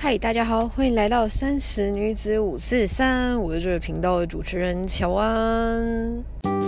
嗨，大家好，欢迎来到30女子543，我是这个频道的主持人乔安。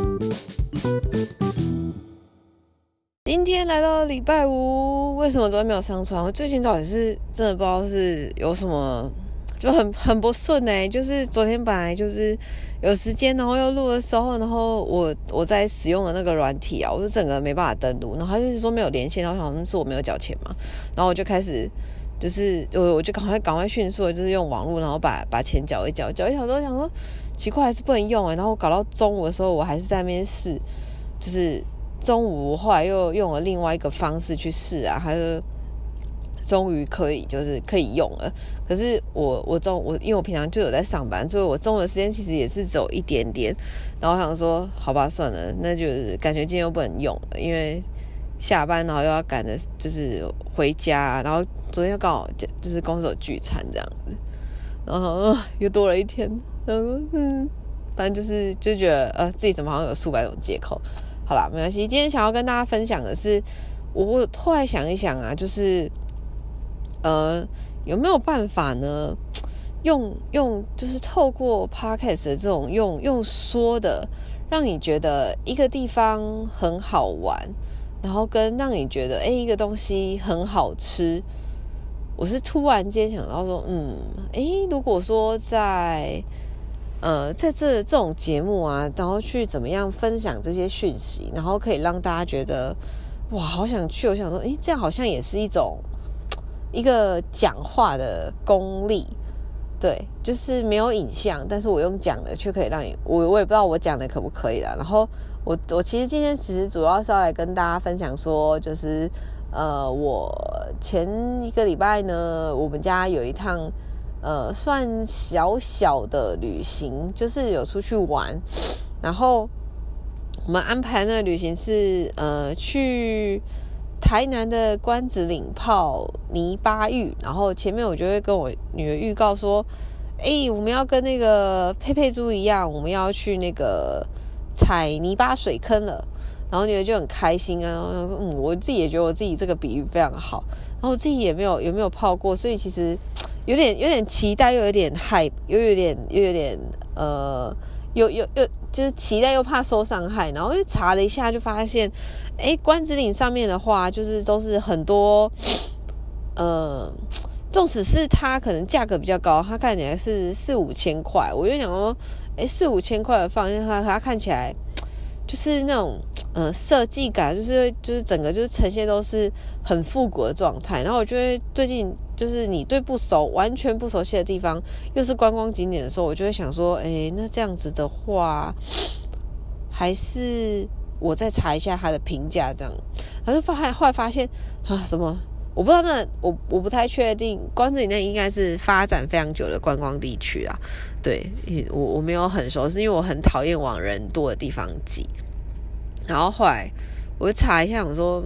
今天来到礼拜五，为什么昨天没有上传？我最近到底是真的不知道是有什么，就很不顺就是昨天本来就是有时间，然后又录的时候，然后我在使用的那个软体啊，我就整个没办法登录，然后他就是说没有连线，然后想是我没有缴钱嘛，然后我就开始。我就赶快迅速的，就是用网络，然后把钱缴一缴，想说奇怪还是不能用然后搞到中午的时候，我还是在那边试，就是中午后来又用了另外一个方式去试啊，还有终于可以用了。可是我因为我平常就有在上班，所以我中午的时间其实也是只有一点点，然后我想说好吧算了，那就是感觉今天又不能用了，因为下班然后又要赶着就是回家，然后昨天又刚好就是公司有聚餐这样子，然后又多了一天，然后反正就觉得自己怎么好像有数百种借口。好啦，没关系，今天想要跟大家分享的是，我后来想一想啊，就是有没有办法呢？用就是透过 podcast 的这种用说的，让你觉得一个地方很好玩。然后跟让你觉得一个东西很好吃，我是突然间想到说如果说在这种节目啊，然后去怎么样分享这些讯息，然后可以让大家觉得哇好想去，我想说这样好像也是一个讲话的功力。对，就是没有影像，但是我用讲的却可以让你，我也不知道我讲的可不可以啦。然后我其实今天主要是要来跟大家分享说，就是我前一个礼拜呢，我们家有一趟算小小的旅行，就是有出去玩，然后我们安排的旅行是去台南的关子岭泡泥巴浴，然后前面我就会跟我女儿预告说我们要跟那个佩佩猪一样，我们要去那个踩泥巴水坑了，然后女儿就很开心啊，然后说我自己也觉得我自己这个比喻非常好，然后我自己也没有泡过，所以其实有点期待，又有点害，又有点就是期待又怕受伤害，然后就查了一下，就发现，关子岭上面的话，就是都是很多，纵使是它可能价格比较高，它看起来是4-5千块，我就想说，4-5千块的放进它看起来就是那种设计感，就是整个就是呈现都是很复古的状态，然后我觉得最近就是你对完全不熟悉的地方，又是观光景点的时候，我就会想说，那这样子的话，还是我再查一下它的评价这样，然后就后来发现什么。我不知道我不太确定，关子岭那应该是发展非常久的观光地区啦。对，我没有很熟，是因为我很讨厌往人多的地方挤。然后后来我就查一下，我说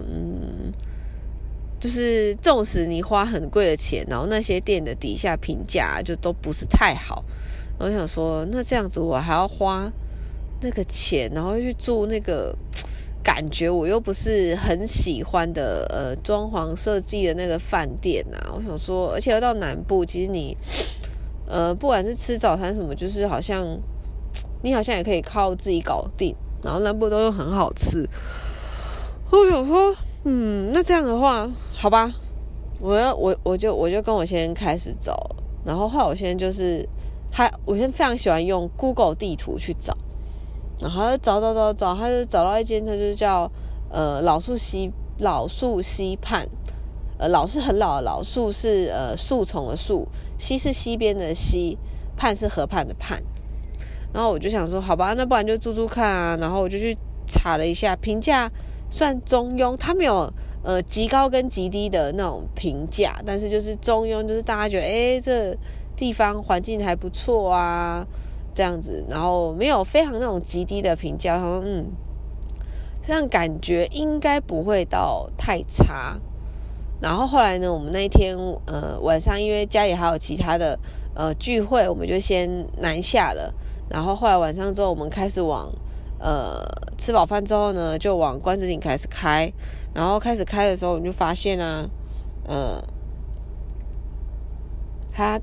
就是纵使你花很贵的钱，然后那些店的底下评价就都不是太好，然后我想说，那这样子我还要花那个钱，然后去住那个。感觉我又不是很喜欢的装潢设计的那个饭店啊，我想说，而且要到南部，其实你不管是吃早餐什么，就是好像你好像也可以靠自己搞定，然后南部都又很好吃。我想说，那这样的话，好吧，我就跟我先生开始找，然后后来我先生就是我先非常喜欢用 Google 地图去找。然后他就找，他就找到一间，它就是叫老树溪畔，老是很老的老，树是树丛的树，溪是溪边的溪，畔是河畔的畔。然后我就想说，好吧，那不然就住看啊。然后我就去查了一下，评价算中庸，它没有极高跟极低的那种评价，但是就是中庸，就是大家觉得这地方环境还不错啊。这样子，然后没有非常那种极低的评价，然后这样感觉应该不会到太差。然后后来呢，我们那一天晚上因为家里还有其他的聚会，我们就先南下了。然后后来晚上之后，我们开始往吃饱饭之后呢，就往关子岭开始开。然后开始开的时候，我们就发现啊， 它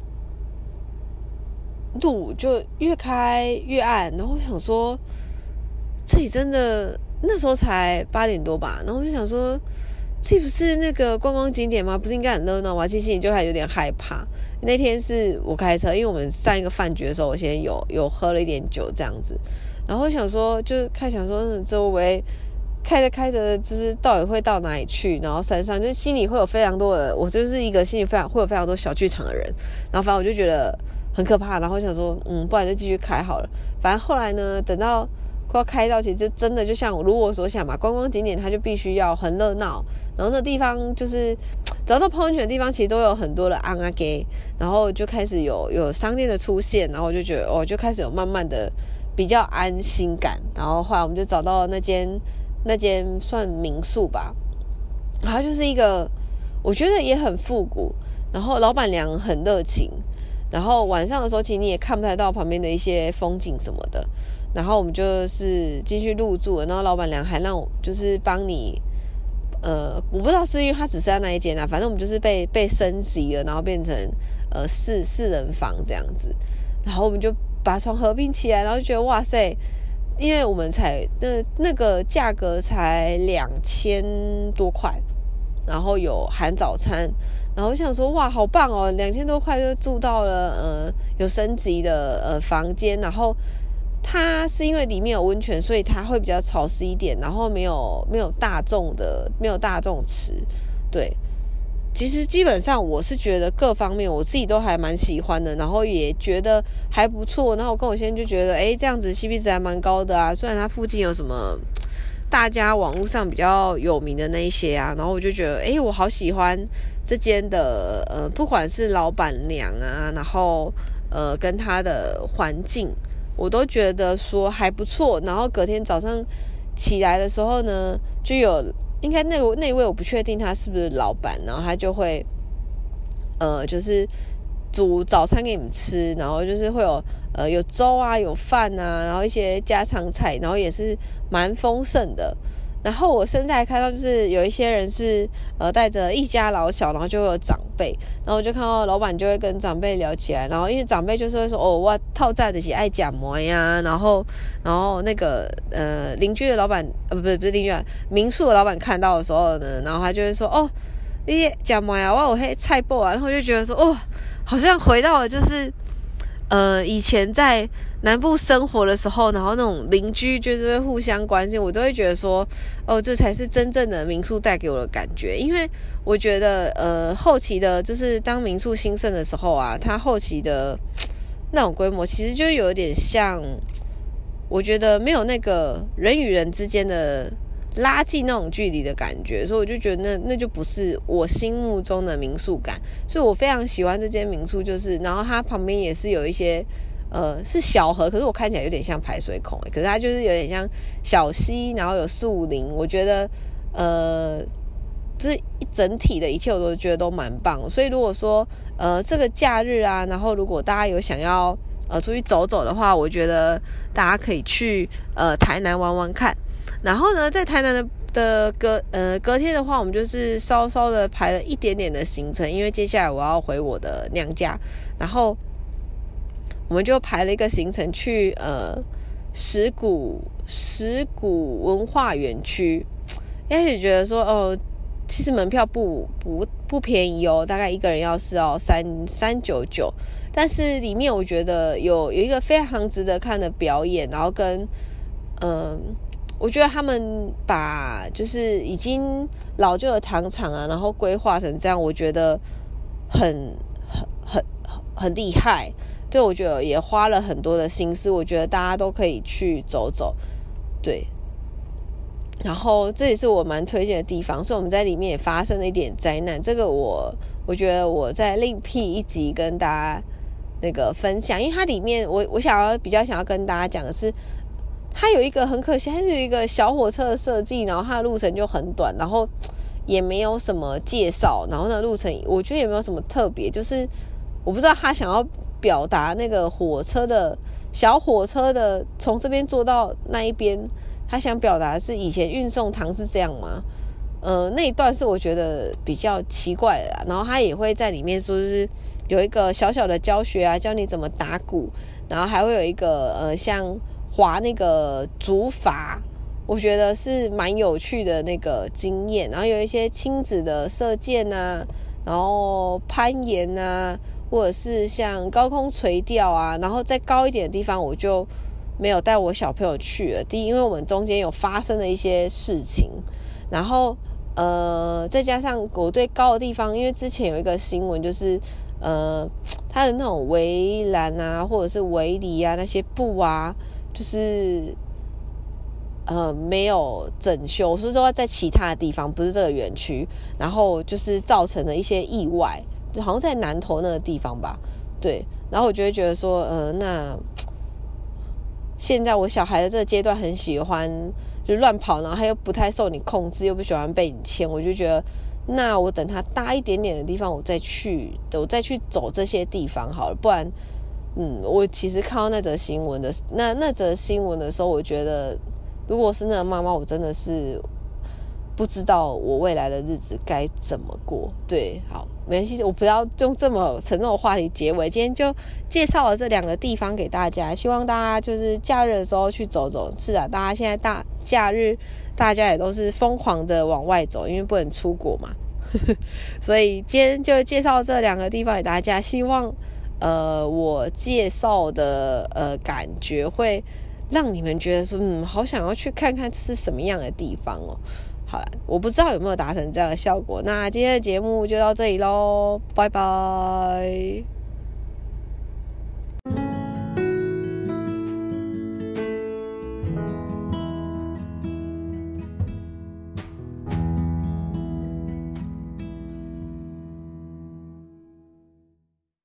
路就越开越暗，然后我想说这里真的那时候才8点多吧，然后我就想说这不是那个观光景点吗？不是应该很热闹吗？其实心里就还有点害怕。那天是我开车，因为我们上一个饭局的时候，我先有喝了一点酒这样子，然后想说就想说这会开着就是到底会到哪里去，然后山上就是心里会有非常多的，我就是一个心里会有非常多小剧场的人，然后反正我就觉得很可怕，然后想说不然就继续开好了。反正后来呢，等到快要开到，其实就真的就像如我所想嘛，观光景点它就必须要很热闹，然后那地方就是找到泡温泉的地方，其实都有很多的安阿给，然后就开始有商店的出现，然后我就觉得就开始有慢慢的比较安心感，然后后来我们就找到那间算民宿吧，然后就是一个我觉得也很复古，然后老板娘很热情，然后晚上的时候其实你也看不太到旁边的一些风景什么的，然后我们就是进去入住了，然后老板娘还让我就是帮你我不知道是因为他只是在那一间啊，反正我们就是被升级了，然后变成四人房这样子，然后我们就把床合并起来，然后就觉得哇塞，因为我们才那个价格才2000多块，然后有含早餐，然后我想说哇好棒哦，2000多块就住到了有升级的房间，然后它是因为里面有温泉，所以它会比较潮湿一点，然后没有大众池，对。其实基本上我是觉得各方面我自己都还蛮喜欢的，然后也觉得还不错，然后我跟我先生就觉得这样子 CP 值还蛮高的啊，虽然它附近有什么大家网络上比较有名的那一些啊，然后我就觉得我好喜欢这间的不管是老板娘啊，然后跟他的环境我都觉得说还不错，然后隔天早上起来的时候呢，就有应该那一位我不确定他是不是老板，然后他就会就是煮早餐给你们吃，然后就是会有粥啊有饭啊，然后一些家常菜，然后也是蛮丰盛的。然后我现在看到就是有一些人是带着一家老小，然后就会有长辈，然后我就看到老板就会跟长辈聊起来，然后因为长辈就是会说我套炸的是爱讲馍呀，然后那个邻居的老板不是邻居民宿的老板看到的时候呢，然后他就会说你讲馍呀，我有黑菜脯啊，然后我就觉得说好像回到了就是以前在南部生活的时候，然后那种邻居就是会互相关心，我都会觉得说这才是真正的民宿带给我的感觉。因为我觉得后期的就是当民宿兴盛的时候啊，它后期的那种规模其实就有点像，我觉得没有那个人与人之间的拉近那种距离的感觉，所以我就觉得那就不是我心目中的民宿感，所以我非常喜欢这间民宿，就是然后它旁边也是有一些是小河，可是我看起来有点像排水孔，可是它就是有点像小溪，然后有树林，我觉得这一整体的一切我都觉得都蛮棒，所以如果说这个假日啊，然后如果大家有想要出去走走的话，我觉得大家可以去台南玩玩看。然后呢，在台南的隔天的话，我们就是稍稍的排了一点点的行程，因为接下来我要回我的娘家，然后我们就排了一个行程去石鼓文化园区。一开始觉得说其实门票不便宜大概一个人要399，但是里面我觉得有一个非常值得看的表演，然后跟我觉得他们把就是已经老旧的糖厂啊，然后规划成这样，我觉得很厉害。对，我觉得也花了很多的心思，我觉得大家都可以去走走。对，然后这也是我蛮推荐的地方，所以我们在里面也发生了一点灾难，这个我觉得我在另辟一集跟大家那个分享，因为它里面我比较想要跟大家讲的是，它有一个很可惜，它是有一个小火车的设计，然后它的路程就很短，然后也没有什么介绍，然后那路程我觉得也没有什么特别，就是我不知道他想要表达那个小火车的从这边坐到那一边，他想表达的是以前运送糖是这样吗？ 那一段是我觉得比较奇怪的啦。然后他也会在里面说，就是有一个小小的教学啊，教你怎么打鼓，然后还会有一个像滑那个竹筏，我觉得是蛮有趣的那个经验。然后有一些亲子的射箭啊，然后攀岩啊，或者是像高空垂钓啊。然后再高一点的地方我就没有带我小朋友去了，因为我们中间有发生了一些事情，然后再加上我对高的地方，因为之前有一个新闻，就是它的那种围栏啊，或者是围篱啊，那些布啊，就是没有整修，是说在其他的地方，不是这个园区，然后就是造成了一些意外，就好像在南投那个地方吧，对，然后我就会觉得说，那现在我小孩的这个阶段很喜欢就乱跑，然后他又不太受你控制，又不喜欢被你牵，我就觉得那我等他大一点点的地方我再去走这些地方好了。不然我其实看到那则新闻的时候，我觉得如果是那个妈妈，我真的是不知道我未来的日子该怎么过。对，好，没关系，我不要用这么沉重的话题结尾。今天就介绍了这2个地方给大家，希望大家就是假日的时候去走走。是啊，大家现在假日大家也都是疯狂的往外走，因为不能出国嘛。所以今天就介绍这2个地方给大家，希望我介绍的感觉会让你们觉得说好想要去看看是什么样的地方哦。好了，我不知道有没有达成这样的效果。那今天的节目就到这里咯，拜拜。